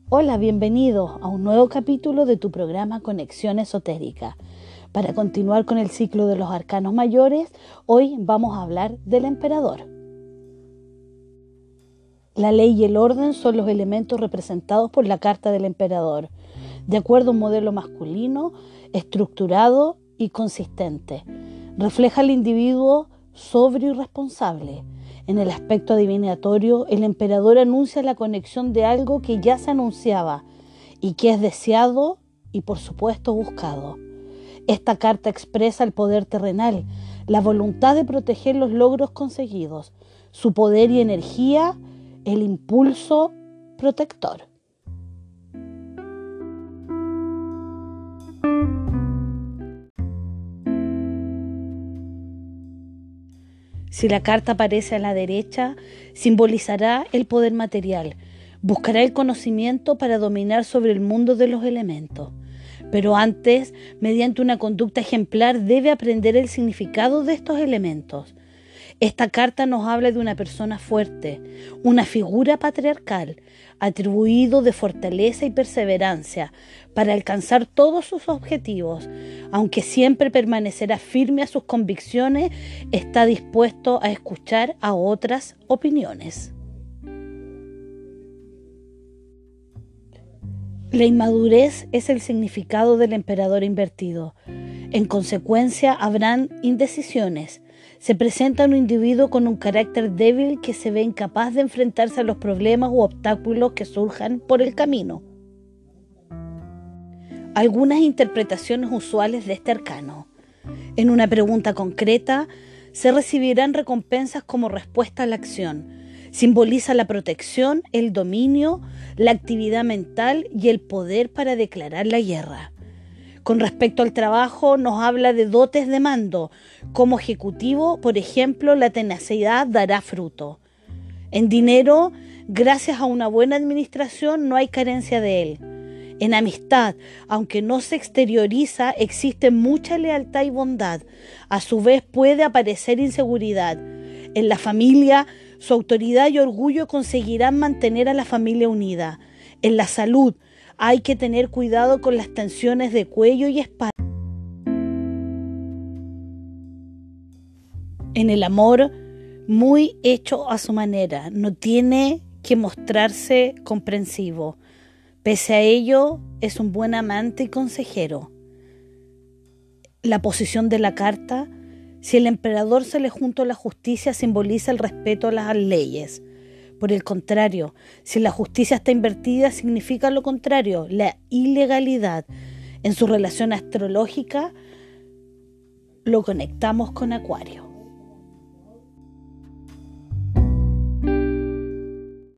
Hola, bienvenidos a un nuevo capítulo de tu programa Conexión Esotérica. Para continuar con el ciclo de los arcanos mayores, hoy vamos a hablar del emperador. La ley y el orden son los elementos representados por la carta del emperador, de acuerdo a un modelo masculino, estructurado y consistente. Refleja al individuo sobrio y responsable. En el aspecto adivinatorio, el emperador anuncia la conexión de algo que ya se anunciaba y que es deseado y, por supuesto, buscado. Esta carta expresa el poder terrenal, la voluntad de proteger los logros conseguidos, su poder y energía, el impulso protector. Si la carta aparece a la derecha, simbolizará el poder material. Buscará el conocimiento para dominar sobre el mundo de los elementos. Pero antes, mediante una conducta ejemplar, debe aprender el significado de estos elementos. Esta carta nos habla de una persona fuerte, una figura patriarcal, atribuido de fortaleza y perseverancia para alcanzar todos sus objetivos. Aunque siempre permanecerá firme a sus convicciones, está dispuesto a escuchar a otras opiniones. La inmadurez es el significado del emperador invertido. En consecuencia, habrán indecisiones. Se presenta un individuo con un carácter débil que se ve incapaz de enfrentarse a los problemas u obstáculos que surjan por el camino. Algunas interpretaciones usuales de este arcano. En una pregunta concreta, se recibirán recompensas como respuesta a la acción. Simboliza la protección, el dominio, la actividad mental y el poder para declarar la guerra. Con respecto al trabajo, nos habla de dotes de mando. Como ejecutivo, por ejemplo, la tenacidad dará fruto. En dinero, gracias a una buena administración, no hay carencia de él. En amistad, aunque no se exterioriza, existe mucha lealtad y bondad. A su vez, puede aparecer inseguridad. En la familia, su autoridad y orgullo conseguirán mantener a la familia unida. En la salud, hay que tener cuidado con las tensiones de cuello y espalda. En el amor, muy hecho a su manera, no tiene que mostrarse comprensivo. Pese a ello, es un buen amante y consejero. La posición de la carta: si el emperador se le junta a la justicia, simboliza el respeto a las leyes. Por el contrario, si la justicia está invertida, significa lo contrario, la ilegalidad. En su relación astrológica, lo conectamos con Acuario.